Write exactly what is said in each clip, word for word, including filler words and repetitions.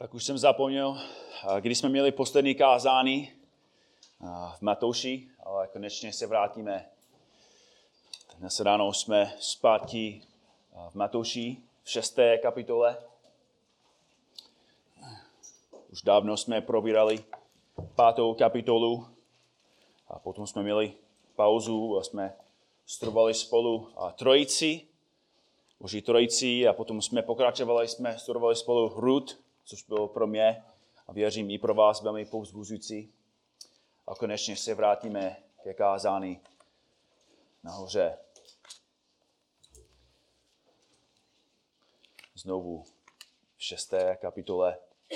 Tak už jsem zapomněl, když jsme měli poslední kázání v Matouši, ale konečně se vrátíme. Dnes ráno jsme zpátky v Matouši v šesté kapitole. Už dávno jsme probírali pátou kapitolu a potom jsme měli pauzu a jsme studovali spolu trojici, Boží trojici a potom jsme pokračovali, jsme studovali spolu Rut, což bylo pro mě a věřím i pro vás velmi povzbuzující. A konečně se vrátíme ke kázání nahoře. Znovu v šesté kapitole.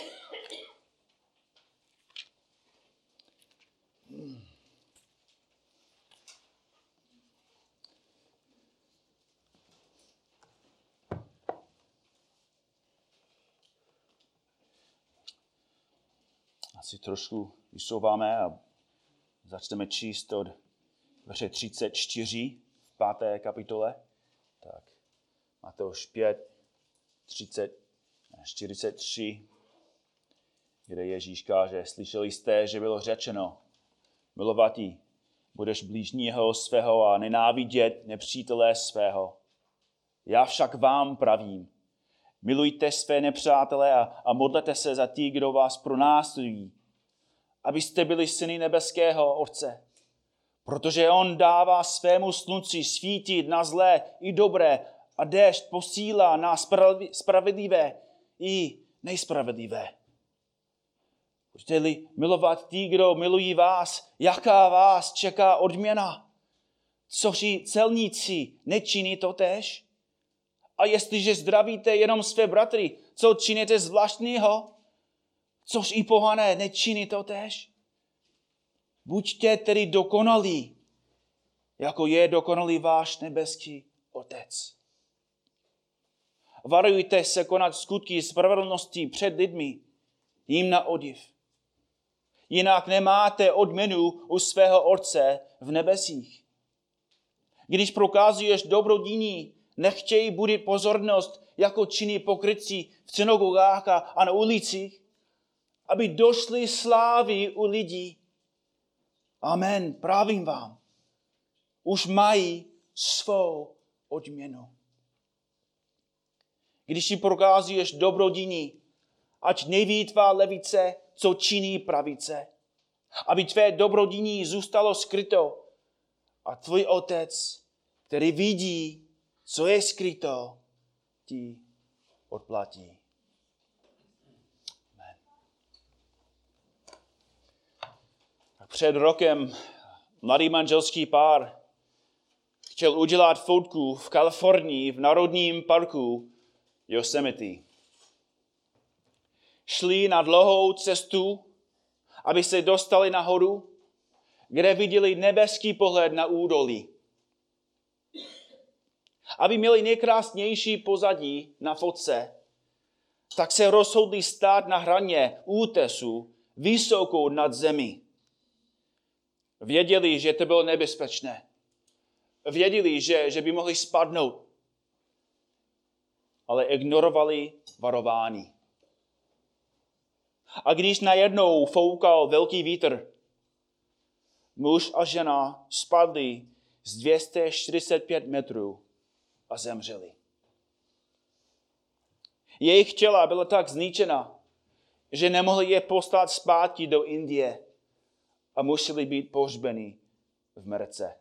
Asi trošku vysouváme a začneme číst od verše třicet čtyři v páté kapitole. Tak Matouš pět, třicet, čtyřicet tři, kde Ježíš káže, slyšeli jste, že bylo řečeno, milovatí, budeš blížního svého a nenávidět nepřítele svého. Já však vám pravím, milujte své nepřátele a, a modlete se za ty, kdo vás pronásledují, abyste byli syny nebeského Otce. Protože on dává svému slunci svítit na zlé i dobré a déšť posílá na spravedlivé i nejspravedlivé. Budete-li milovat ty, kdo milují vás, jaká vás čeká odměna? Což i celníci nečiní totéž? A jestliže zdravíte jenom své bratry, co činíte zvláštního? Což i pohané nečiní totéž? Buďte tedy dokonalí, jako je dokonalý váš nebeský Otec. Varujte se konat skutky spravedlnosti před lidmi, jim na odiv. Jinak nemáte odměnu u svého Otce v nebesích. Když prokazuješ dobrodiní, nechtějí budit pozornost, jako činí pokrytci v synagogách a na ulicích, aby došly slávy u lidí. Amen, pravím vám. Už mají svou odměnu. Když si prokazuješ dobrodiní, ať neví tvá levice, co činí pravice, aby tvé dobrodiní zůstalo skryto a tvůj Otec, který vidí, co je skryto, ti odplatí. Amen. Před rokem mladý manželský pár chtěl udělat fotku v Kalifornii v národním parku Yosemite. Šli na dlouhou cestu, aby se dostali nahoru, kde viděli nebeský pohled na údolí. Aby měli nejkrásnější pozadí na fotce, tak se rozhodli stát na hraně útesu vysoko nad zemí. Věděli, že to bylo nebezpečné. Věděli, že, že by mohli spadnout. Ale ignorovali varování. A když najednou foukal velký vítr, muž a žena spadli z dvě stě čtyřicet pět metrů a zemřeli. Jejich těla byla tak zničena, že nemohli je poslat zpátky do Indie a museli být pohřbeni v mrtce.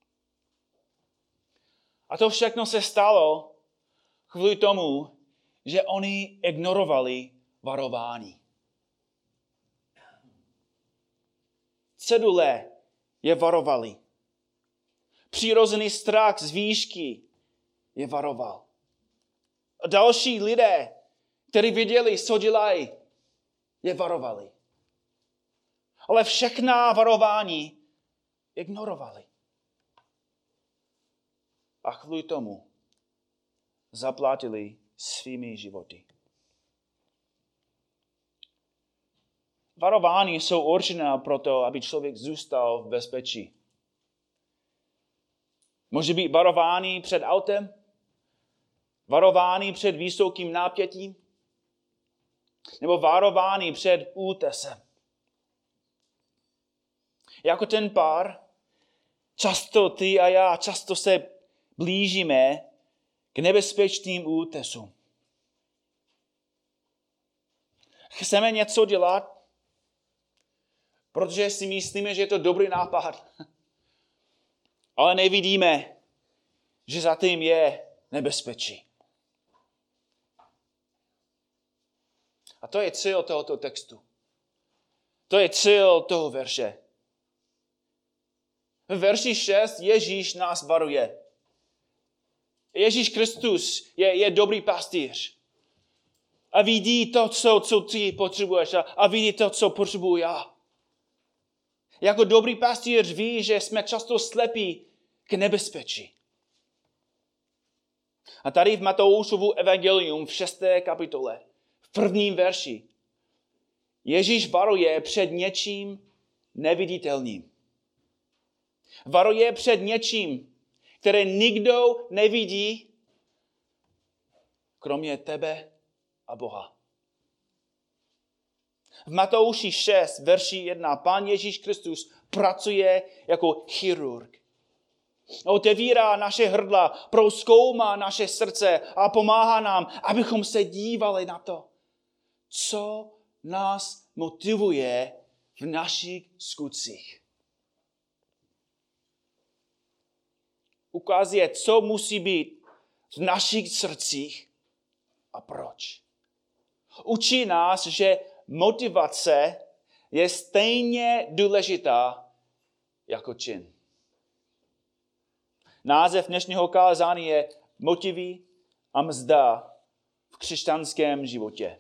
A to všechno se stalo kvůli tomu, že oni ignorovali varování. Cedule je varovali. Přirozený strach z výšky je varoval. A další lidé, kteří viděli, co dělají, je varovali. Ale všechna varování ignorovali. A kvůli tomu zaplatili svými životy. Varování jsou určená proto, aby člověk zůstal v bezpečí. Může být varování před autem, varování před vysokým napětím, Nebo varování před útesem. Jako ten pár, často ty a já, často se blížíme k nebezpečným útesům. Chceme něco dělat, protože si myslíme, že je to dobrý nápad. Ale nevidíme, že za tím je nebezpečí. A to je cíl tohoto textu. To je cíl toho verše. V verši šest Ježíš nás varuje. Ježíš Kristus je, je dobrý pastýř. A vidí to, co, co ty potřebuješ. A, a vidí to, co potřebuji já. Jako dobrý pastýř ví, že jsme často slepí k nebezpečí. A tady v Matoušovu evangelium v šesté kapitole, v prvním verši, Ježíš varuje před něčím neviditelným. Varuje před něčím, které nikdo nevidí, kromě tebe a Boha. V Matouši šest, verši jedna, Pán Ježíš Kristus pracuje jako chirurg. Otevírá naše hrdla, prozkoumá naše srdce a pomáhá nám, abychom se dívali na to, co nás motivuje v našich skutcích. Ukazuje, co musí být v našich srdcích a proč. Učí nás, že motivace je stejně důležitá jako čin. Název dnešního kázání je Motivy a mzda v křesťanském životě.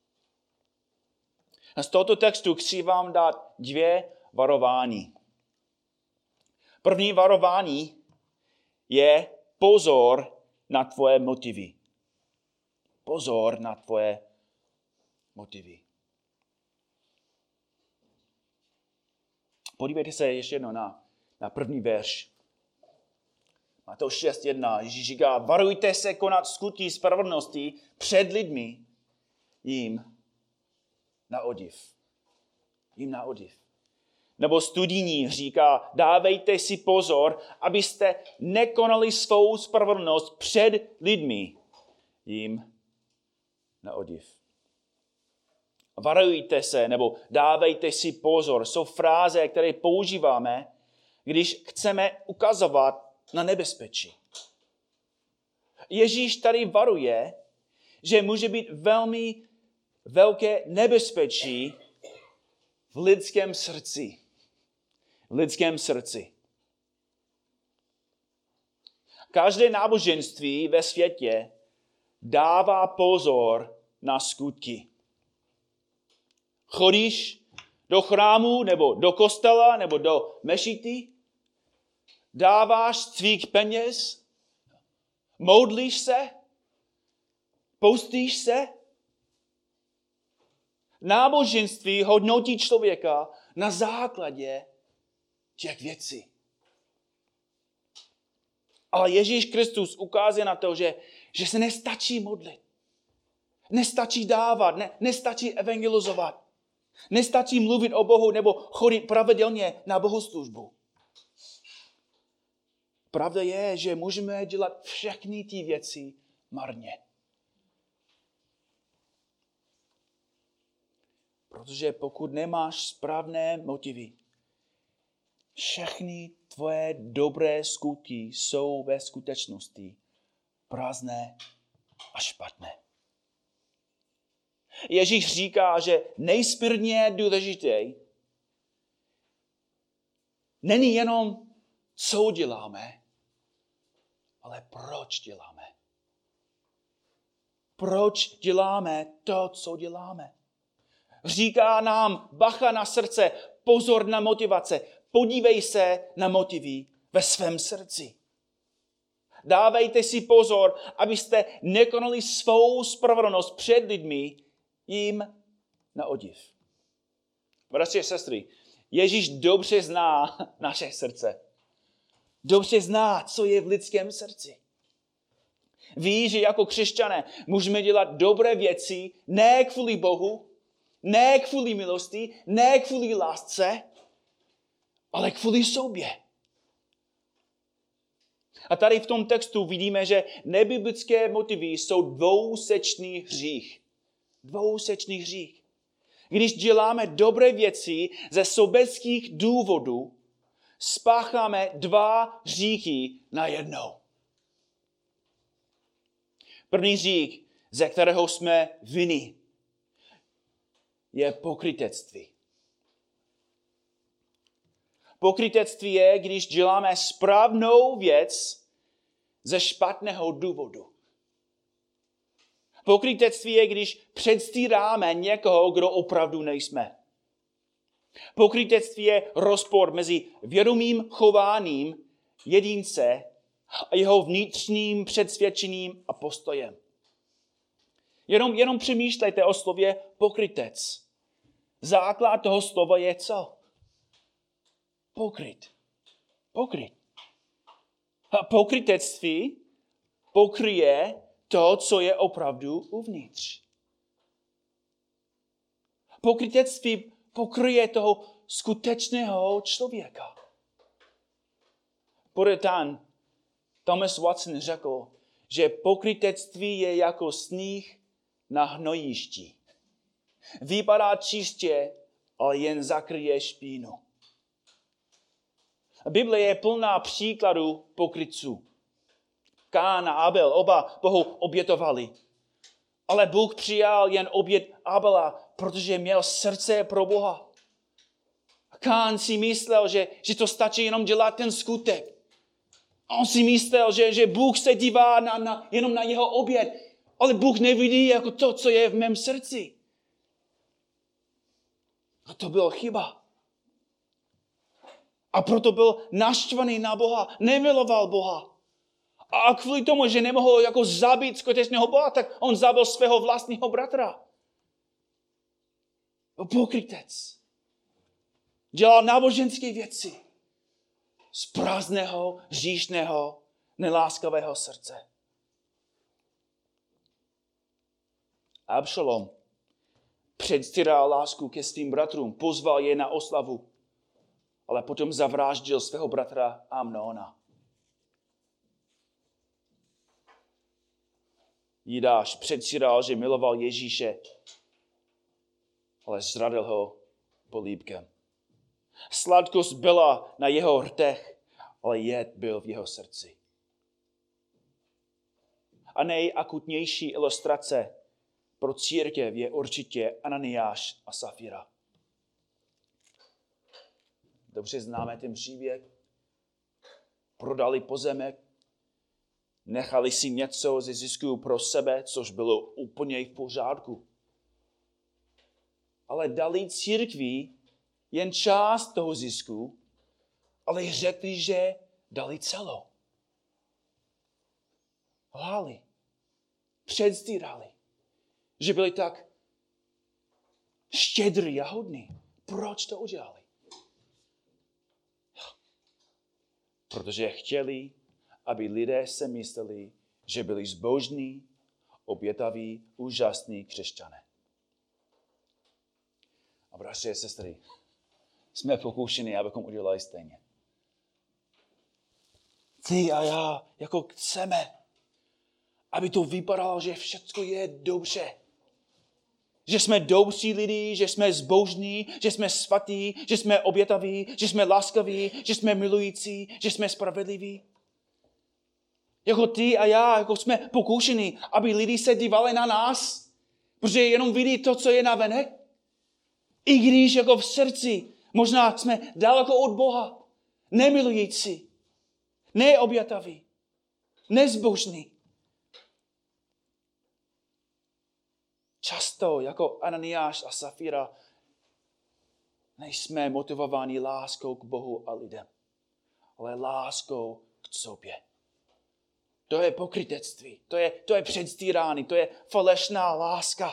A z tohoto textu chci vám dát dvě varování. První varování je pozor na tvoje motivy. Pozor na tvoje motivy. Podívejte se ještě jednou na, na první verš. Matouš šest jedna. Ježíš říká, varujte se konat skutky spravedlnosti před lidmi, jim na odiv. Jim na odiv. Nebo studijní říká, dávejte si pozor, abyste nekonali svou spravedlnost před lidmi, jim na odiv. Varujte se, nebo dávejte si pozor. Jsou fráze, které používáme, když chceme ukazovat na nebezpečí. Ježíš tady varuje, že může být velmi velké nebezpečí v lidském srdci. V lidském srdci. Každé náboženství ve světě dává pozor na skutky. Chodíš do chrámu, nebo do kostela, nebo do mešity, dáváš svých peněz, modlíš se, postíš se. Náboženství hodnotí člověka na základě těch věcí. Ale Ježíš Kristus ukazuje na to, že, že se nestačí modlit. Nestačí dávat, ne, nestačí evangelizovat. Nestačí mluvit o Bohu nebo chodit pravidelně na bohoslužbu. Pravda je, že můžeme dělat všechny ty věci marně. Protože pokud nemáš správné motivy, všechny tvoje dobré skutky jsou ve skutečnosti prázdné a špatné. Ježíš říká, že nejspírně důležité není jenom, co děláme, ale proč děláme. Proč děláme to, co děláme. Říká nám, bacha na srdce, pozor na motivace. Podívej se na motivy ve svém srdci. Dávejte si pozor, abyste nekonali svou spravedlnost před lidmi, jim na odiv. Bratři a sestry, Ježíš dobře zná naše srdce. Dobře zná, co je v lidském srdci. Ví, že jako křesťané můžeme dělat dobré věci ne kvůli Bohu, ne kvůli milosti, ne kvůli lásce, ale kvůli sobě. A tady v tom textu vidíme, že nebiblické motivy jsou dvousečný hřích. Dvousečný hřích. Když děláme dobré věci ze sobeckých důvodů, spácháme dva hříchy najednou. První hřích, ze kterého jsme vinni, je pokrytectví. Pokrytectví je, když děláme správnou věc ze špatného důvodu. Pokrytectví je, když předstíráme někoho, kdo opravdu nejsme. Pokrytectví je rozpor mezi vědomým chováním jedince a jeho vnitřním přesvědčením a postojem. Jenom, jenom přemýšlejte o slově pokrytec. Základ toho slova je co? Pokryt. Pokryt. A pokrytectví pokryje to, co je opravdu uvnitř. Pokrytectví pokryje toho skutečného člověka. Puritán Thomas Watson řekl, že pokrytectví je jako sníh na hnojišti. Vypadá čistě, ale jen zakryje špínu. Bible je plná příkladů pokrytců. Kán a Abel oba Bohu obětovali. Ale Bůh přijal jen oběť Abela, protože měl srdce pro Boha. Kán si myslel, že, že to stačí jenom dělat ten skutek. On si myslel, že, že Bůh se dívá na, na, jenom na jeho oběť. Ale Bůh nevidí jako to, co je v mém srdci. A to byla chyba. A proto byl naštvaný na Boha, nemiloval Boha. A kvůli tomu, že nemohl jako zabít skutečného Boha, tak on zabil svého vlastního bratra. Pokrytec. Dělal náboženské věci z prázdného, hříšného, neláskavého srdce. Abšalom předstíral lásku ke svým bratrům, pozval je na oslavu, ale potom zavraždil svého bratra Amnona. Jidáš předstíral, že miloval Ježíše, ale zradil ho políbkem. Sladkost byla na jeho rtech, ale jed byl v jeho srdci. A nejakutnější ilustrace pro církev je určitě Ananiáš a Safira. Dobře známe ten příběh. Prodali pozemek, nechali si něco ze zisku pro sebe, což bylo úplně v pořádku. Ale dali církvi jen část toho zisku, ale řekli, že dali celou. Lhali, předstírali, že byli tak štědrý a hodný. Proč to udělali? Protože chtěli, aby lidé se mysleli, že byli zbožní, obětaví, úžasní křesťané. A bratři a sestry, jsme pokoušeni, abychom udělali stejně. Ty a já, jako chceme, aby to vypadalo, že všechno je dobře. Že jsme dobří lidi, že jsme zbožní, že jsme svatí, že jsme obětaví, že jsme laskaví, že jsme milující, že jsme spravedliví. Jako ty a já, jako jsme pokoušeni, aby lidi se dívali na nás, protože jenom vidí to, co je navenek. I když jako v srdci možná jsme daleko od Boha, nemilující, neobětaví, nezbožní. Často jako Ananiáš a Safira nejsme motivováni láskou k Bohu a lidem, ale láskou k sobě. To je pokrytectví, to je, to je předstírání, to je falešná láska.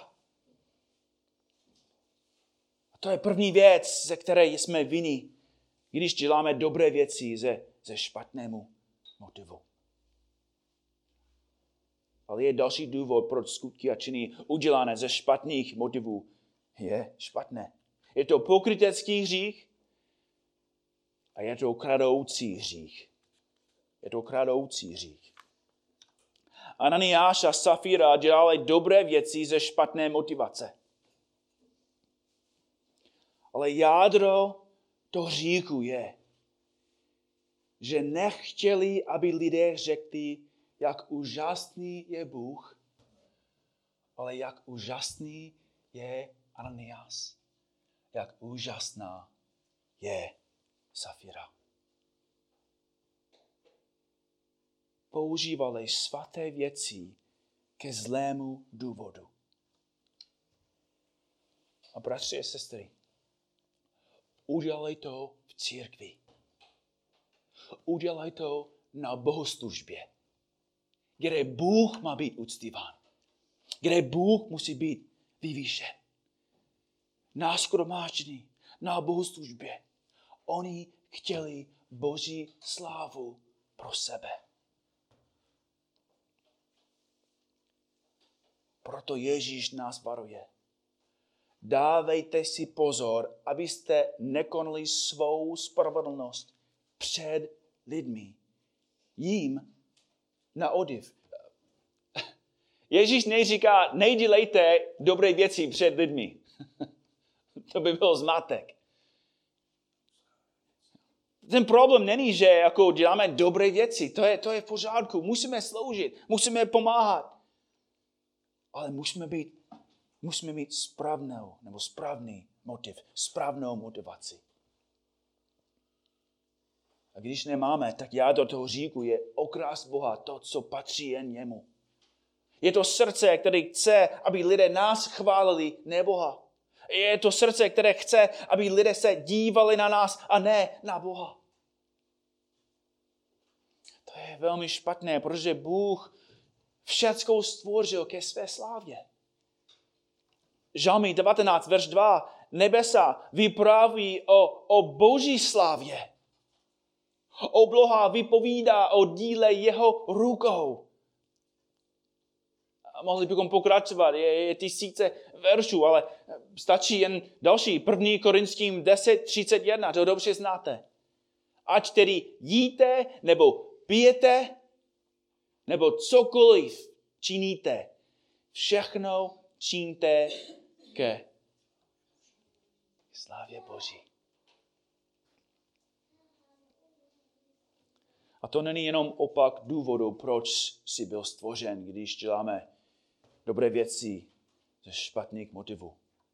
A to je první věc, ze které jsme vinni, když děláme dobré věci ze, ze špatnému motivu. Ale je další důvod, proč skutky a činy udělané ze špatných motivů je špatné. Je to pokrytecký hřích a je to kradoucí hřích. Je to kradoucí hřích. Ananiáš a Safira dělali dobré věci ze špatné motivace. Ale jádro toho hříchu je, že nechtěli, aby lidé řekli, jak úžasný je Bůh, ale jak úžasný je Ananiáš, jak úžasná je Safira. Používali svaté věci ke zlému důvodu. A bratři a sestry, udělej to v církvi. Udělej to na bohoslužbě, kde Bůh má být uctíván, kde Bůh musí být vyvýšen. Na shromáždění, na bohoslužbě. Oni chtěli Boží slávu pro sebe. Proto Ježíš nás varuje. Dávejte si pozor, abyste nekonali svou spravedlnost před lidmi. Jím na odiv. Ježíš neříká, nedělejte dobré věci před lidmi. To by byl zmatek. Ten problém není, že jako děláme dobré věci. To je, to je v pořádku. Musíme sloužit, musíme pomáhat. Ale musíme být, musíme mít správnou, nebo správný motiv, správnou motivaci. A když nemáme, tak jádro toho hříchu je okrást Boha, to, co patří jen jemu. Je to srdce, které chce, aby lidé nás chválili, ne Boha. Je to srdce, které chce, aby lidé se dívali na nás a ne na Boha. To je velmi špatné, protože Bůh všecko stvořil ke své slávě. Žalmy devatenáct, verš dva. Nebesa vypráví o, o Boží slávě. Obloha vypovídá o díle jeho rukou. Mohli bychom pokračovat, je, je tisíce veršů, ale stačí jen další. první Korinským deset třicet jedna, to dobře znáte. Ať tedy jíte, nebo pijete, nebo cokoliv činíte, všechno čiňte ke slávě Boží. A to není jenom opak důvodu, proč jsi byl stvořen, když děláme dobré věci ze špatných motivů.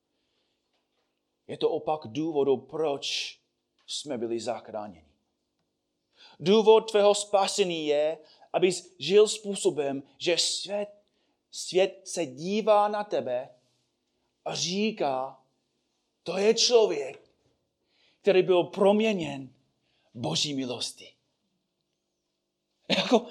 Je to opak důvodu, proč jsme byli zachráněni. Důvod tvého spasení je, abys žil způsobem, že svět, svět se dívá na tebe a říká, to je člověk, který byl proměněn Boží milostí. Jako,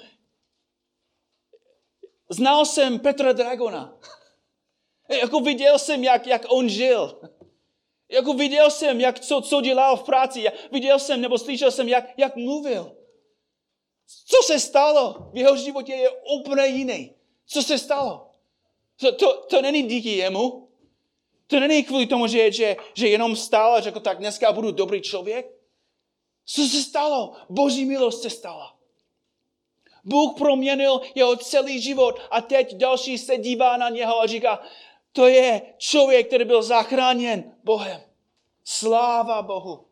znal jsem Petra Dragona. Jako viděl jsem, jak, jak on žil. Jako viděl jsem, jak, co, co dělal v práci. Viděl jsem, nebo slyšel jsem, jak, jak mluvil. Co se stalo? V jeho životě je úplně jiný. Co se stalo? To, to, to není díky jemu. To není kvůli tomu, že, že, že jenom stál a řekl, tak dneska budu dobrý člověk. Co se stalo? Boží milost se stala. Bůh proměnil jeho celý život a teď další se dívá na něho a říká, to je člověk, který byl zachráněn Bohem. Sláva Bohu.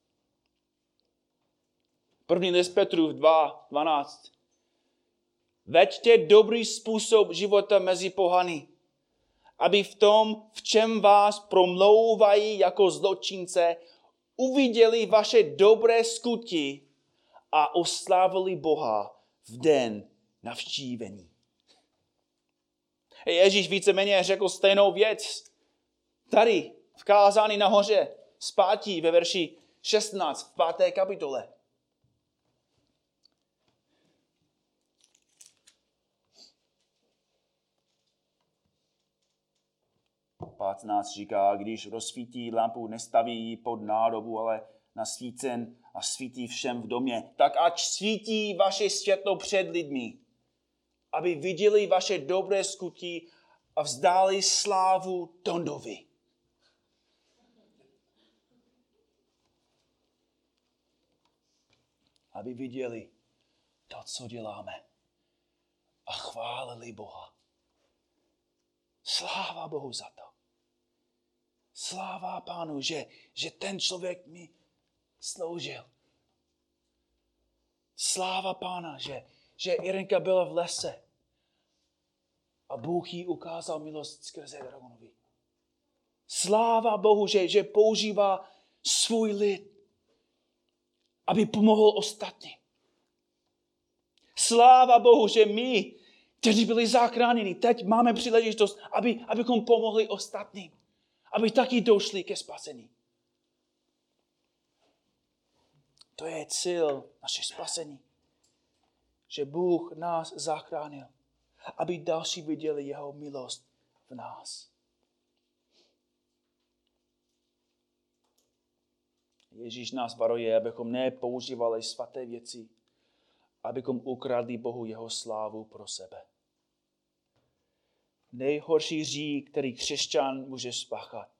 První list Petrův dva dvanáct. Veďte dobrý způsob života mezi pohany, aby v tom, v čem vás promlouvají jako zločince, uviděli vaše dobré skutky a oslávili Boha v den navštívení. Ježíš víceméně řekl stejnou věc tady v kázání nahoře zpátí ve verši šestnáct v páté kapitole. patnáct říká, když rozsvítí lampu, nestaví ji pod nádobu, ale na svícen a svítí všem v domě. Tak ať svítí vaše světlo před lidmi, aby viděli vaše dobré skutky a vzdali slávu Tondovi. Aby viděli to, co děláme a chválili Boha. Sláva Bohu za to. Sláva Pánu, že, že ten člověk mi sloužil. Sláva Pána, že, že Irenka byla v lese a Bůh jí ukázal milost skrze Dragonovi. Sláva Bohu, že, že používá svůj lid, aby pomohl ostatním. Sláva Bohu, že my, kteří byli zachráněni, teď máme příležitost, aby, abychom pomohli ostatním. Aby taky došli ke spasení. To je cíl naše spasení. Že Bůh nás zachránil, aby další viděli jeho milost v nás. Ježíš nás varuje, abychom nepoužívali svaté věci, abychom ukradli Bohu jeho slávu pro sebe. Nejhorší hřích, který křesťan může spáchat,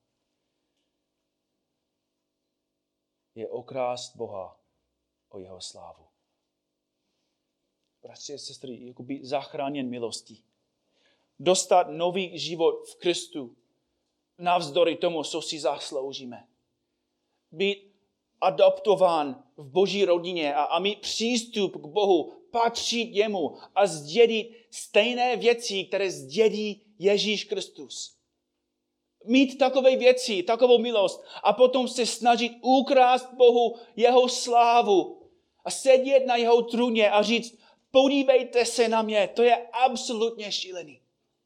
je okrást Boha o jeho slávu. Bratři a sestry, jako být zachráněn milostí. Dostat nový život v Kristu, navzdory tomu, co si zasloužíme. Být adoptován v Boží rodině a, a mít přístup k Bohu, patřit jemu a zdědit stejné věci, které zdědí Ježíš Kristus. Mít takové věci, takovou milost a potom se snažit ukrást Bohu jeho slávu a sedět na jeho trůně a říct, podívejte se na mě, to je absolutně šílený.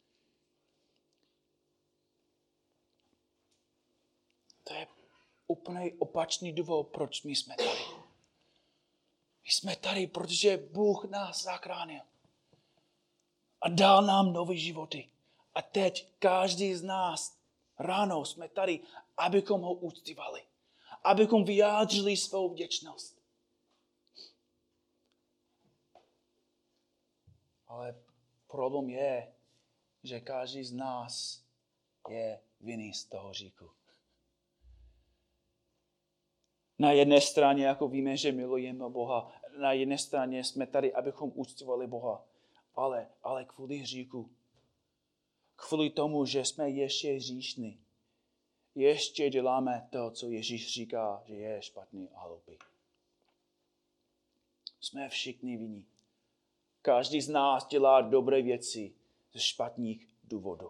To je úplně opačný důvod, proč my jsme tady. My jsme tady, protože Bůh nás zachránil a dal nám nové životy. A teď každý z nás ráno jsme tady, abychom ho uctívali, abychom vyjádřili svou vděčnost. Ale problém je, že každý z nás je vinný z toho hříchu. Na jedné straně, jako víme, že milujeme Boha, na jedné straně jsme tady, abychom uctívali Boha, ale, ale kvůli hříchu. Kvůli tomu, že jsme ještě hříšní. Ještě děláme to, co Ježíš říká, že je špatný a hloupý. Jsme všichni vinní. Každý z nás dělá dobré věci ze špatných důvodů.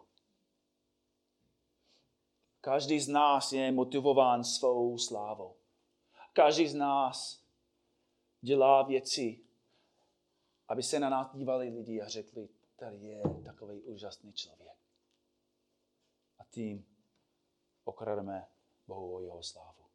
Každý z nás je motivován svou slávou. Každý z nás dělá věci, aby se na nás dívali lidi a řekli, tady je takový úžasný člověk. A tím okrademe Bohu o jeho slávu.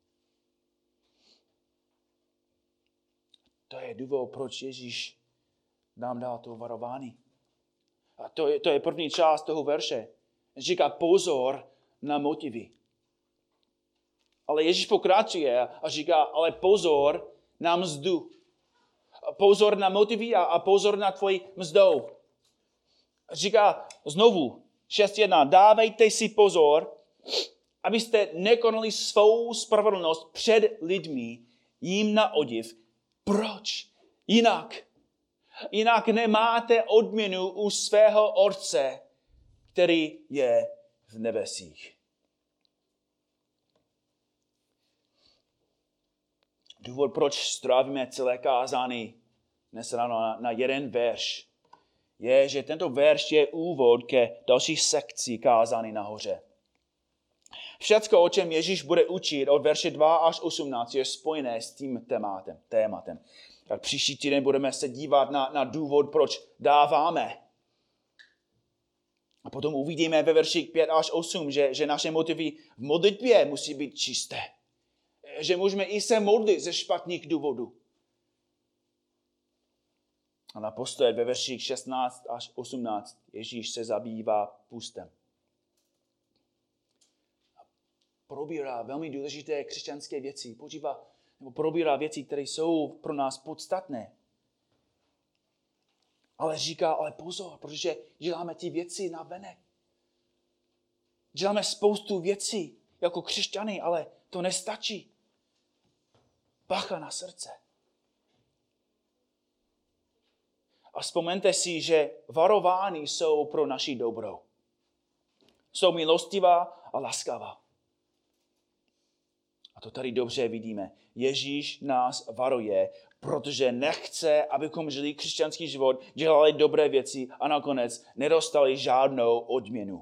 To je důvod, proč Ježíš nám dal to varování. A to je, to je první část toho verše. Říká pozor na motivy. Ale Ježíš pokračuje a říká, ale pozor na mzdu. Pozor na motivy a, a pozor na tvoji mzdou. Říká znovu, šest jedna, dávejte si pozor, abyste nekonali svou spravedlnost před lidmi jim na odiv. Proč? Jinak. Jinak nemáte odměnu u svého Otce, který je v nebesích. Důvod, proč strávíme celé kázání dnes ráno na, na jeden verš, je, že tento verš je úvod ke další sekci kázání nahoře. Všecko, o čem Ježíš bude učit od verše dva až osmnáct, je spojené s tím tématem. tématem. Tak příští týden budeme se dívat na, na důvod, proč dáváme. A potom uvidíme ve verších pět až osm, že, že naše motivy v modlitbě musí být čisté. Že můžeme i se modlit ze špatných důvodů. A naposled ve verších šestnáct až osmnáct Ježíš se zabývá půstem. Probírá velmi důležité křesťanské věci. Používá, nebo probírá věci, které jsou pro nás podstatné. Ale říká, ale pozor, protože děláme ty věci na venek. Děláme spoustu věcí jako křesťany, ale to nestačí. Bacha na srdce. A vzpomeňte si, že varování jsou pro naši dobrou. Jsou milostivá a laskavá. A to tady dobře vidíme. Ježíš nás varuje, protože nechce, abychom žili křesťanský život, dělali dobré věci a nakonec nedostali žádnou odměnu.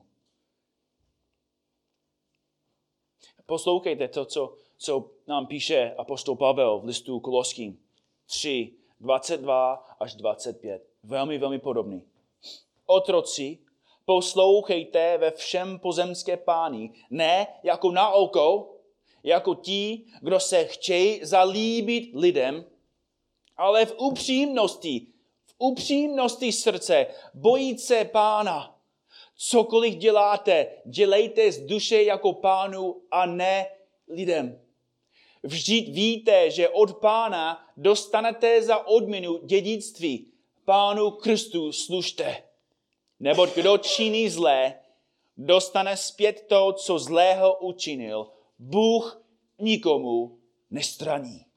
Poslouchejte to, co, co nám píše apoštol Pavel v listu Koloským tři, dvacet dva až dvacet pět. Velmi, velmi podobný. Otroci, poslouchejte ve všem pozemské páni, ne jako na oko, jako ti, kdo se chtějí zalíbit lidem, ale v upřímnosti, v upřímnosti srdce, bojit se Pána. Cokoliv děláte, dělejte z duše jako Pánu a ne lidem. Vždyť víte, že od Pána dostanete za odměnu dědictví. Pánu Kristu služte. Neboť kdo činí zlé, dostane zpět to, co zlého učinil. Bůh nikomu nestraní.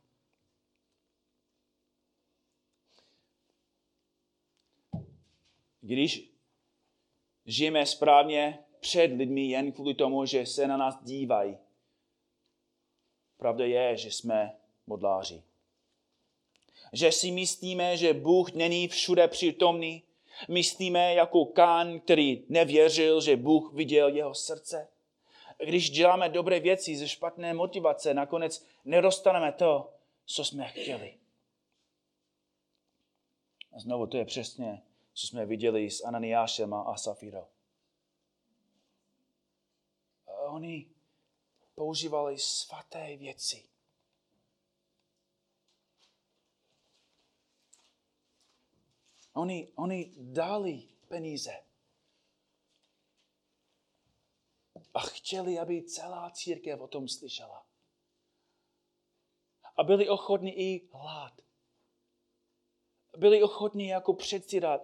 Když žijeme správně před lidmi jen kvůli tomu, že se na nás dívají, pravda je, že jsme modláři. Že si myslíme, že Bůh není všude přítomný. Myslíme jako Kán, který nevěřil, že Bůh viděl jeho srdce. Když děláme dobré věci ze špatné motivace, nakonec nedostaneme to, co jsme chtěli. A znovu to je přesně, co jsme viděli s Ananiášem a Safírou. Oni používali svaté věci. Oni, oni dali peníze. A chtěli, aby celá církev o tom slyšela. A byli ochotní i hlát. Byli ochotní jako předstírat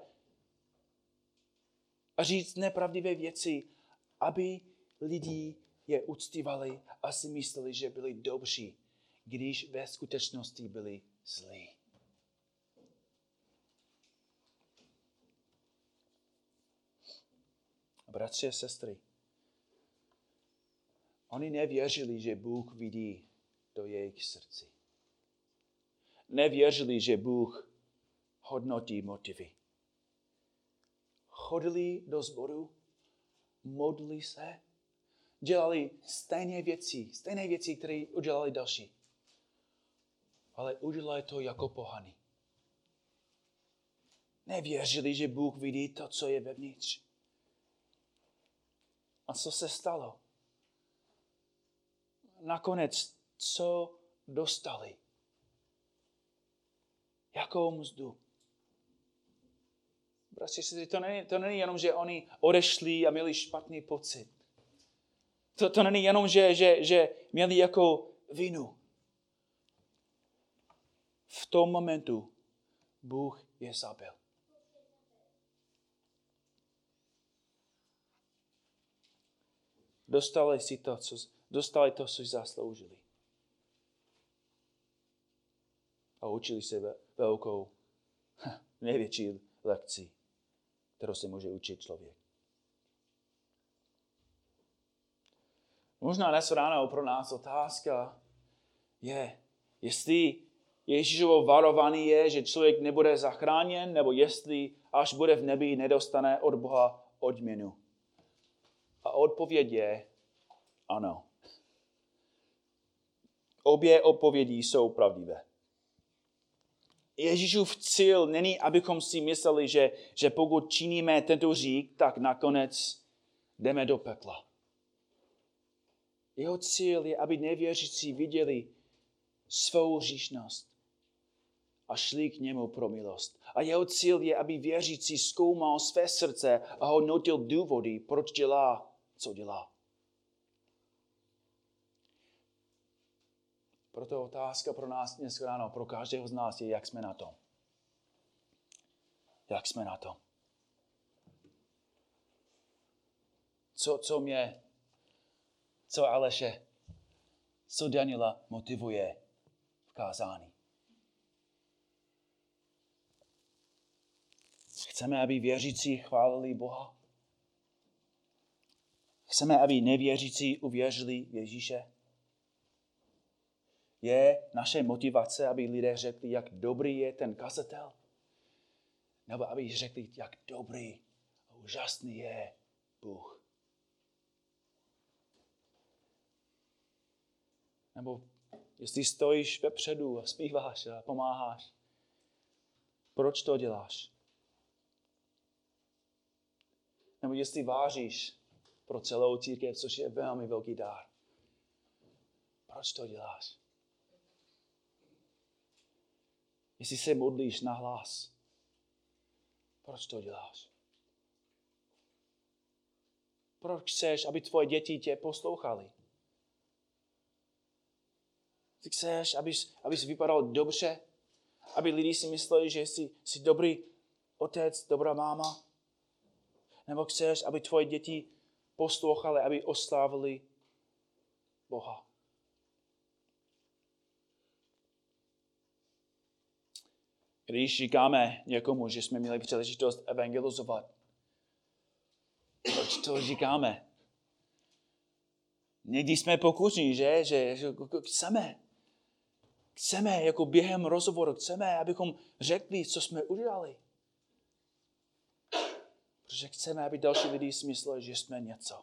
a říct nepravdivé věci, aby lidi je uctívali a si mysleli, že byli dobří, když ve skutečnosti byli zlí. Bratři a sestry, oni nevěřili, že Bůh vidí do jejich srdci. Nevěřili, že Bůh hodnotí motivy. Chodili do sboru, modlili se, dělali stejné věci, stejné věci, které udělali další. Ale udělali to jako pohany. Nevěřili, že Bůh vidí to, co je vevnitř. A co se stalo? Nakonec, co dostali? Jakou mzdu? Bratři, to není, to není jenom, že oni odešli a měli špatný pocit. To, to není jenom, že, že, že měli jako vinu. V tom momentu Bůh je zabil. Dostali si to, co, dostali to, co zasloužili. A učili se velkou, největší lekci, kterou se může učit člověk. Možná dnes ráno pro nás otázka je, jestli Ježíšovo varování je, že člověk nebude zachráněn, nebo jestli až bude v nebi, nedostane od Boha odměnu. A odpověď je ano. Obě odpovědi jsou pravdivé. Ježíšův cíl není, abychom si mysleli, že, že pokud činíme tento hřích, tak nakonec jdeme do pekla. Jeho cíl je, aby nevěřící viděli svou hříšnost a šli k němu pro milost. A jeho cíl je, aby věřící zkoumal své srdce a hodnotil důvody, proč dělá, co dělá. Proto otázka pro nás dnes ráno, pro každého z nás je, jak jsme na tom. jak jsme na to. Co, co mě, co Aleše, co Daniela motivuje v kázání? Chceme, aby věřící chválili Boha? Chceme, aby nevěřící uvěřili v Ježíše? Je naše motivace, aby lidé řekli, jak dobrý je ten kazatel? Nebo aby řekli, jak dobrý a úžasný je Bůh? Nebo jestli stojíš vepředu a zpíváš a pomáháš, proč to děláš? Nebo jestli vážíš pro celou církev, což je velmi velký dár. Proč to děláš? Jestli se modlíš na hlas, proč to děláš? Proč chceš, aby tvoje děti tě poslouchali? Ty chceš, abys, abys vypadal dobře, aby lidi si mysleli, že jsi, jsi dobrý otec, dobrá máma? Nebo chceš, aby tvoje děti poslouchali, aby oslávili Boha? Když říkáme někomu, že jsme měli příležitost evangelizovat, proč to říkáme? Někdy jsme pokusní, že? že, že chceme. Chceme, jako během rozhovoru, chceme, abychom řekli, co jsme udělali. Protože chceme, aby další lidi si mysleli, že jsme něco.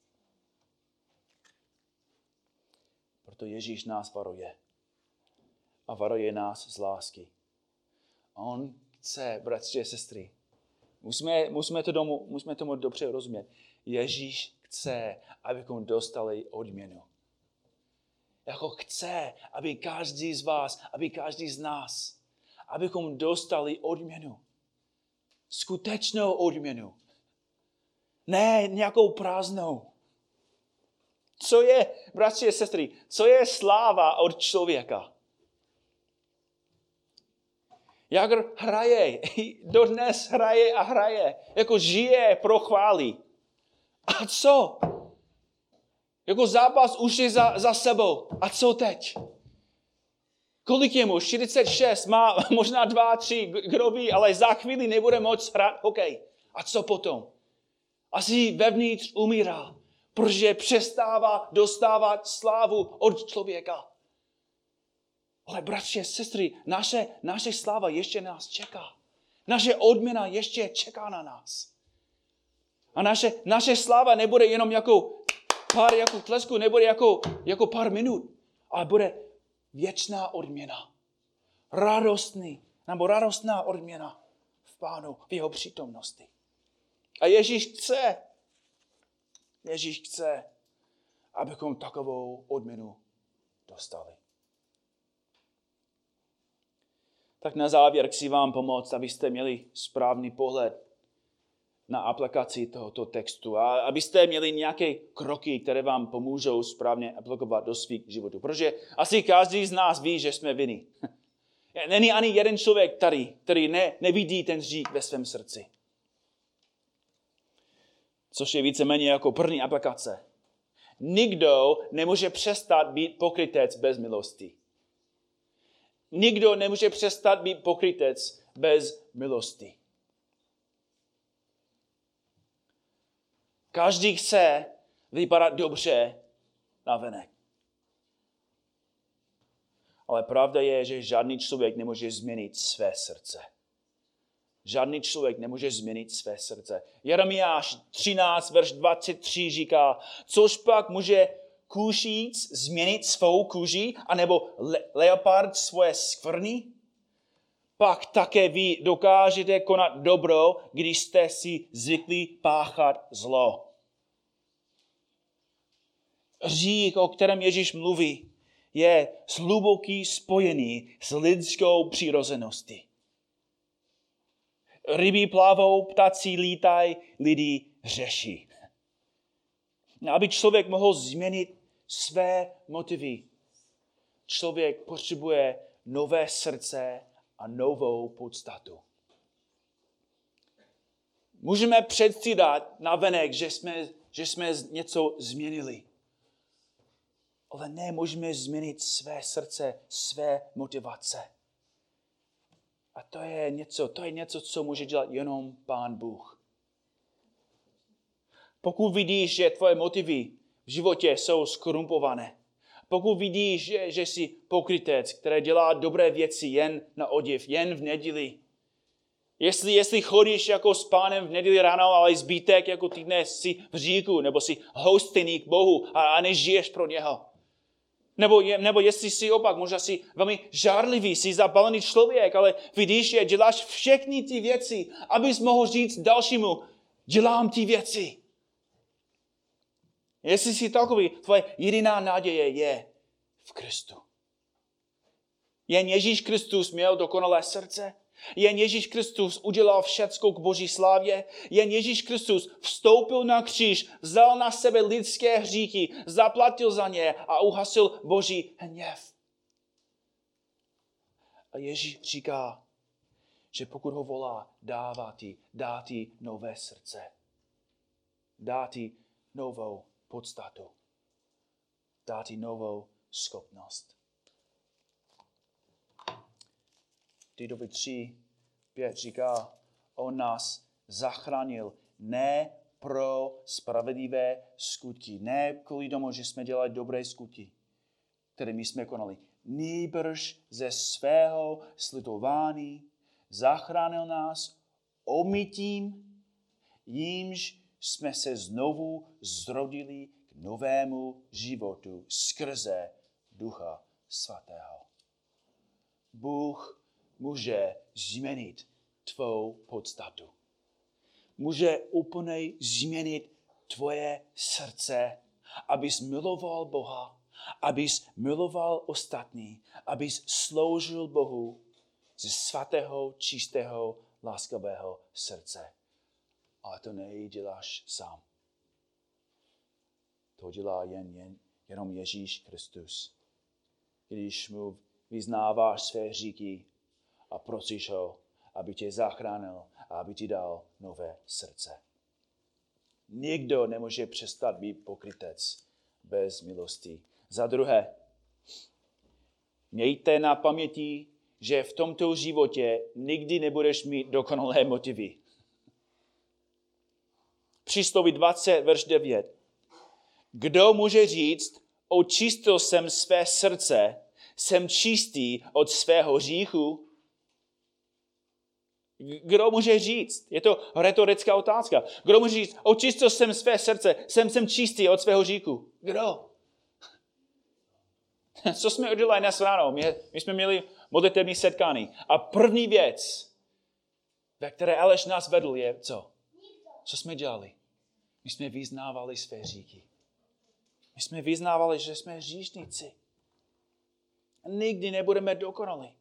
Proto Ježíš nás varuje. A varuje nás z lásky. A on chce, bratři a sestry, musíme, musíme, to domu, musíme tomu dobře rozumět. Ježíš chce, abychom dostali odměnu. Jako chce, aby každý z vás, aby každý z nás, abychom dostali odměnu. Skutečnou odměnu. Ne nějakou prázdnou. Co je, bratři a sestry, co je sláva od člověka? Jak hraje, dodnes hraje a hraje, jako žije pro chvály. A co? Jako zápas už je za, za sebou. A co teď? Kolik je mu? čtyřicet šest, má možná dva, tři, kdo ví, ale za chvíli nebude moc hrát hokej. A co potom? Asi vevnitř umírá, protože přestává dostávat slávu od člověka. Ale bratři a sestry, naše, naše sláva ještě nás čeká. Naše odměna ještě čeká na nás. A naše, naše sláva nebude jenom jako pár jako tlesku, nebude jako, jako pár minut, ale bude věčná odměna. Radostný, nebo radostná odměna v Pánu, v jeho přítomnosti. A Ježíš chce, Ježíš chce, abychom takovou odměnu dostali. Tak na závěr chci vám pomoct, abyste měli správný pohled na aplikaci tohoto textu a abyste měli nějaké kroky, které vám pomůžou správně aplikovat do svých životů. Protože asi každý z nás ví, že jsme vinni. Není ani jeden člověk tady, který ne, nevidí ten hřích ve svém srdci. Což je víceméně jako první aplikace. Nikdo nemůže přestat být pokrytec bez milosti. Nikdo nemůže přestat být pokrytec bez milosti. Každý chce vypadat dobře navenek. Ale pravda je, že žádný člověk nemůže změnit své srdce. Žádný člověk nemůže změnit své srdce. Jeremiáš třináct, verš dvacet tři říká, což pak může kůžíc změnit svou kůži, anebo le- leopard svoje skvrny? Pak také vy dokážete konat dobro, když jste si zvykli páchat zlo. Hřích, o kterém Ježíš mluví, je hluboký spojený s lidskou přirozeností. Ryby plavou, ptaci lítají, lidi hřeší. Aby člověk mohl změnit své motivy, člověk potřebuje nové srdce a novou podstatu. Můžeme předstírat na venek, že jsme, že jsme něco změnili. Ale ne, můžeme změnit své srdce, své motivace. A to je něco, to je něco, co může dělat jenom Pán Bůh. Pokud vidíš, že tvoje motivy v životě jsou skorumpované, pokud vidíš, že, že jsi pokrytec, který dělá dobré věci jen na oděv, jen v neděli, jestli, jestli chodíš jako s Pánem v neděli ráno, ale zbytek jako týdne jsi v říku, nebo jsi hostejný k Bohu a, a nežiješ pro něho. Nebo, je, nebo jestli jsi opak, možná jsi velmi žárlivý, jsi zabalený člověk, ale vidíš, že děláš všechny ty věci, abys mohl říct dalšímu, dělám ty věci. Jestli jsi takový, tvoje jediná naděje je v Kristu. Jen Ježíš Kristus měl dokonalé srdce, jen Ježíš Kristus udělal všecko k Boží slávě, jen Ježíš Kristus vstoupil na kříž, vzal na sebe lidské hříchy, zaplatil za ně a uhasil Boží hněv. A Ježíš říká, že pokud ho volá, dává ti, dá ti nové srdce. Dá ti novou podstatu. Dá ti novou schopnost. Tidovi tři, pět říká, on nás zachránil ne pro spravedlivé skutky, ne kvůli tomu, že jsme dělali dobré skutky, které my jsme konali. Nýbrž ze svého slitování zachránil nás omytím, jímž jsme se znovu zrodili k novému životu skrze Ducha Svatého. Bůh může změnit tvou podstatu. Může úplně změnit tvoje srdce, abys miloval Boha, abys miloval ostatní, abys sloužil Bohu ze svatého, čistého, láskavého srdce. Ale to neděláš sám. To dělá jen, jen, jenom Ježíš Kristus. Když mu vyznáváš své hříchy a prosíš ho, aby tě zachránil a aby ti dal nové srdce. Nikdo nemůže přestat být pokrytec bez milosti. Za druhé, mějte na paměti, že v tomto životě nikdy nebudeš mít dokonalé motivy. Přísloví dvacet, verš devět. Kdo může říct, očistil jsem své srdce, jsem čistý od svého hříchu? Kdo může říct? Je to retorická otázka. Kdo může říct, očistil jsem své srdce, jsem, jsem čistý od svého hříchu? Kdo? Co jsme udělali dnes ráno? My, my jsme měli modlitební setkání. A první věc, ve které Aleš nás vedl, je co? Co jsme dělali? My jsme vyznávali své hříchy. My jsme vyznávali, že jsme hříšníci. Nikdy nebudeme dokonalí.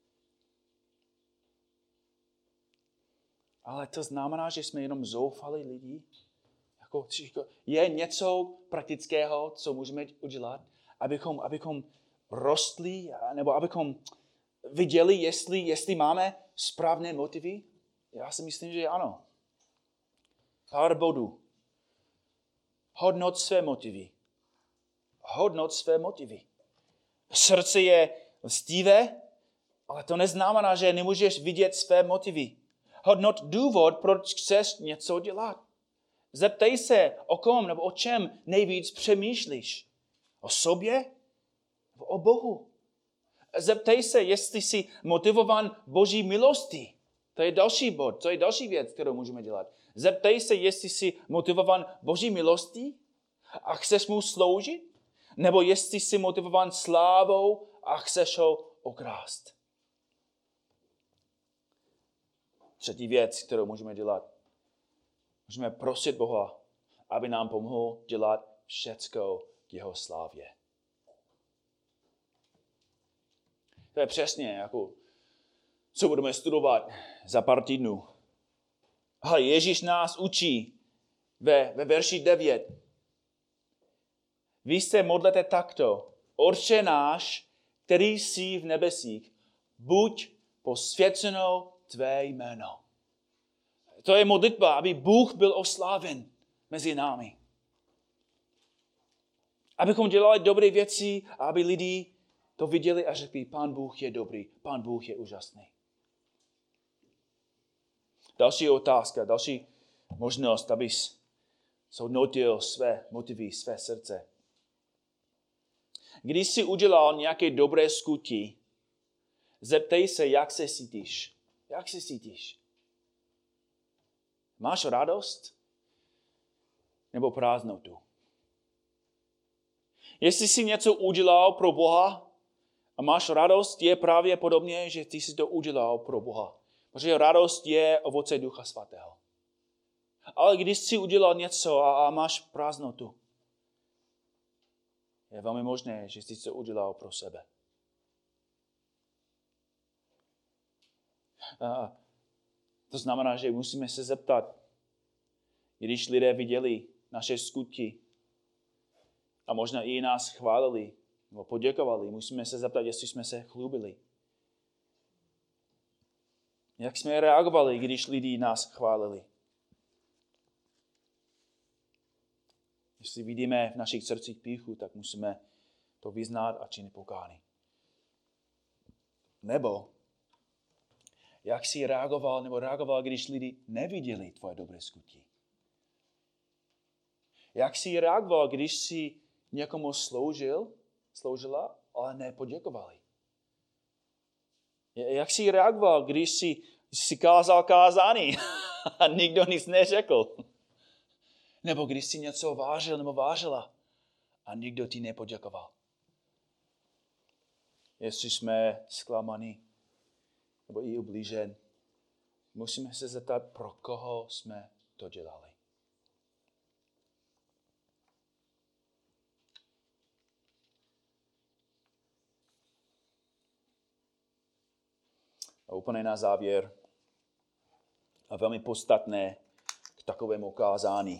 Ale to znamená, že jsme jenom zoufali lidi. Jako, je něco praktického, co můžeme udělat, abychom, abychom rostli, nebo abychom viděli, jestli, jestli máme správné motivy? Já si myslím, že ano. Pár bodů. Hodnot své motivy. Hodnot své motivy. Srdce je lstivé, ale to neznamená, že nemůžeš vidět své motivy. Hodnot důvod, proč chceš něco dělat. Zeptej se, o kom nebo o čem nejvíc přemýšlíš. O sobě nebo o Bohu. Zeptej se, jestli jsi motivovan Boží milostí. To je další bod, to je další věc, kterou můžeme dělat. Zeptej se, jestli jsi motivovan Boží milostí a chceš mu sloužit, nebo jestli jsi motivovan slávou a chceš ho okrást. Třetí věc, kterou můžeme dělat. Můžeme prosit Boha, aby nám pomohl dělat všecko k jeho slávě. To je přesně jako, co budeme studovat za pár týdnů. Ale Ježíš nás učí ve, ve verši devět. Vy se modlete takto. Otče náš, který jsi v nebesích, buď posvěceno tvé jméno. To je modlitba, aby Bůh byl osláven mezi námi. Abychom dělali dobré věci a aby lidi to viděli a řekli, Pán Bůh je dobrý, Pán Bůh je úžasný. Další otázka, další možnost, abys zhodnotil své motivy, své srdce. Když jsi udělal nějaké dobré skutky, zeptej se, jak se cítíš. Jak se cítíš? Máš radost? Nebo prázdnotu? Jestli jsi něco udělal pro Boha a máš radost, je právě podobně, že ty jsi to udělal pro Boha. Protože radost je ovoce Ducha Svatého. Ale když jsi udělal něco a, a máš prázdnotu, je velmi možné, že jsi to udělal pro sebe. A to znamená, že musíme se zeptat, když lidé viděli naše skutky a možná i nás chválili nebo poděkovali, musíme se zeptat, jestli jsme se chlubili. Jak jsme reagovali, když lidi nás chválili? Jestli vidíme v našich srdcích pýchu, tak musíme to vyznat a činit pokání. Nebo jak jsi reagoval nebo reagoval, když lidi neviděli tvoje dobré skutky? Jak jsi reagoval, když jsi někomu sloužil, sloužila, ale nepoděkovali? Jak jsi reagoval, když jsi, jsi kázal kázání a nikdo nic neřekl? Nebo když jsi něco vážil nebo vážila a nikdo ti nepoděkoval? Jestli jsme zklamaní nebo i ublížen, musíme se zeptat, pro koho jsme to dělali. A úplně na závěr a velmi podstatné k takovému kázání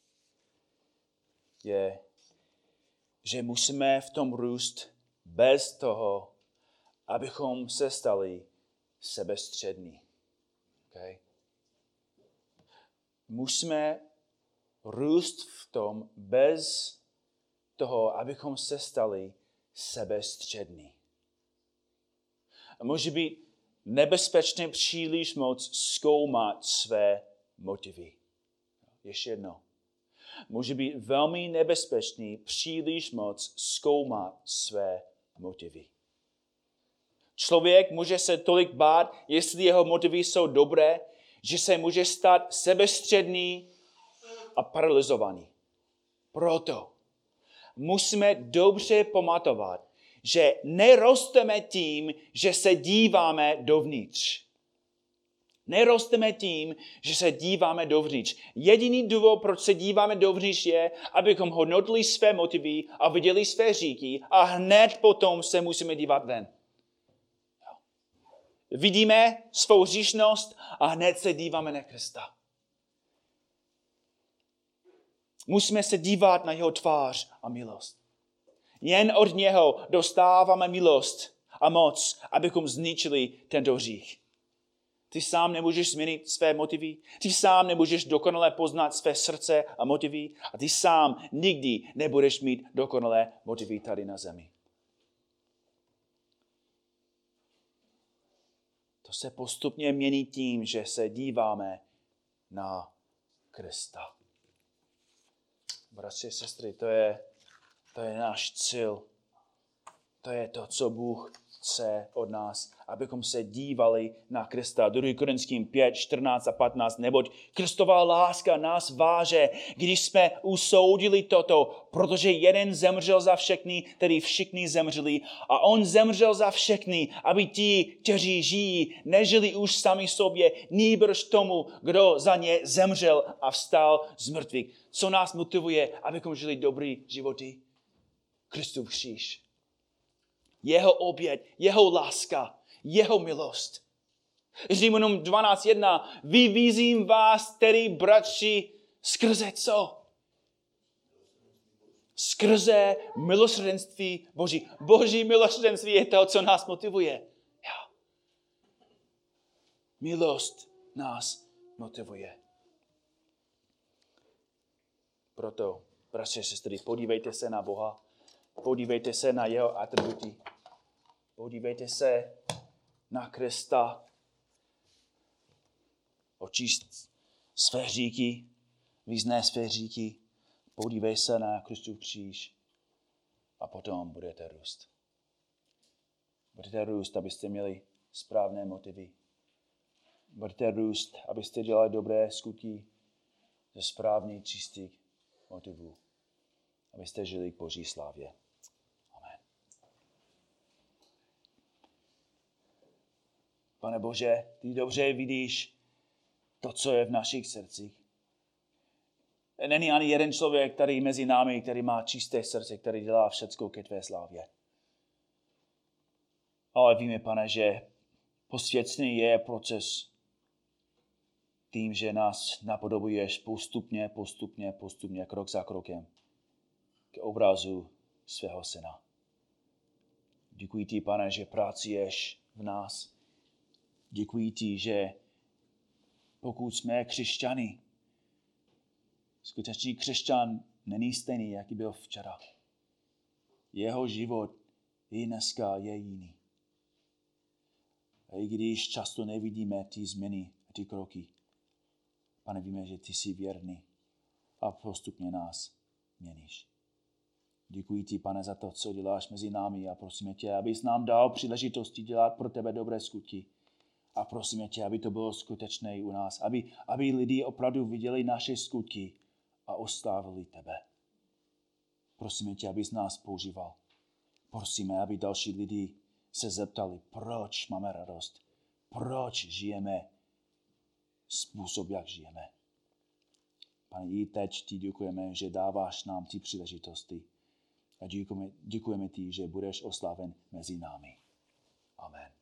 je, že musíme v tom růst bez toho, abychom se stali sebestřední. Okay? Musíme růst v tom bez toho, abychom se stali sebestřední. A může být nebezpečné příliš moc zkoumat své motivy. Ještě jednou. Může být velmi nebezpečný příliš moc zkoumat své motivy. Člověk může se tolik bát, jestli jeho motivy jsou dobré, že se může stát sebestředný a paralizovaný. Proto musíme dobře pamatovat, že nerosteme tím, že se díváme dovnitř. Nerosteme tím, že se díváme dovnitř. Jediný důvod, proč se díváme dovnitř, je, abychom hodnotili své motivy a viděli své říky a hned potom se musíme dívat ven. Vidíme svou hříšnost a hned se díváme na Krista. Musíme se dívat na jeho tvář a milost. Jen od něho dostáváme milost a moc, abychom zničili tento hřích. Ty sám nemůžeš změnit své motivy, ty sám nemůžeš dokonale poznat své srdce a motivy a ty sám nikdy nebudeš mít dokonalé motivy tady na zemi. To se postupně mění tím, že se díváme na Krista. Bratři a sestry, to je, to je náš cíl. To je to, co Bůh chce od nás, abychom se dívali na Krista. druhý Korinským pět, čtrnáct a patnáct. Neboť Kristova láska nás váže, když jsme usoudili toto, protože jeden zemřel za všechny, tedy všichni zemřeli. A on zemřel za všechny, aby ti, kteří žijí, nežili už sami sobě, nýbrž tomu, kdo za ně zemřel a vstal z mrtvých. Co nás motivuje, abychom žili dobrý životy? Kristův kříž. Jeho oběť, jeho láska, jeho milost. Římanům dvanáct jedna. Vyvízím vás tedy, bratři, skrze co? Skrze milosrdenství Boží. Boží milosrdenství je to, co nás motivuje. Jo. Milost nás motivuje. Proto, bratři a sestry, podívejte se na Boha, podívejte se na jeho atributy, podívejte se na Krista, očist své hříchy, vyznej své hříchy, podívej se na Kristův kříž a potom budete růst. Budete růst, abyste měli správné motivy. Budete růst, abyste dělali dobré skutky ze správných, čistých motivů. Abyste žili k Boží slávě. Amen. Pane Bože, ty dobře vidíš to, co je v našich srdcích. Není ani jeden člověk, který mezi námi, který má čisté srdce, který dělá všecko ke tvé slávě. Ale víme, Pane, že posvěcení je proces tím, že nás napodobuješ postupně, postupně, postupně, krok za krokem k obrazu svého syna. Děkuji ti, Pane, že pracuješ v nás. Děkuji ti, že pokud jsme křesťany, skutečný křesťan není stejný, jaký byl včera. Jeho život i dneska je jiný. A i když často nevidíme ty změny a ty kroky, Pane, víme, že ty jsi věrný a postupně nás měníš. Děkuji ti, Pane, za to, co děláš mezi námi a prosíme tě, abys nám dal příležitosti dělat pro tebe dobré skutky. A prosíme tě, aby to bylo skutečné i u nás, aby, aby lidi opravdu viděli naše skutky a oslávili tebe. Prosíme tě, abys nás používal. Prosíme, aby další lidi se zeptali, proč máme radost, proč žijeme způsob, jak žijeme. Pane, i teď ti děkujeme, že dáváš nám ty příležitosti. A děkujeme, děkujeme ti, že budeš oslaven mezi námi. Amen.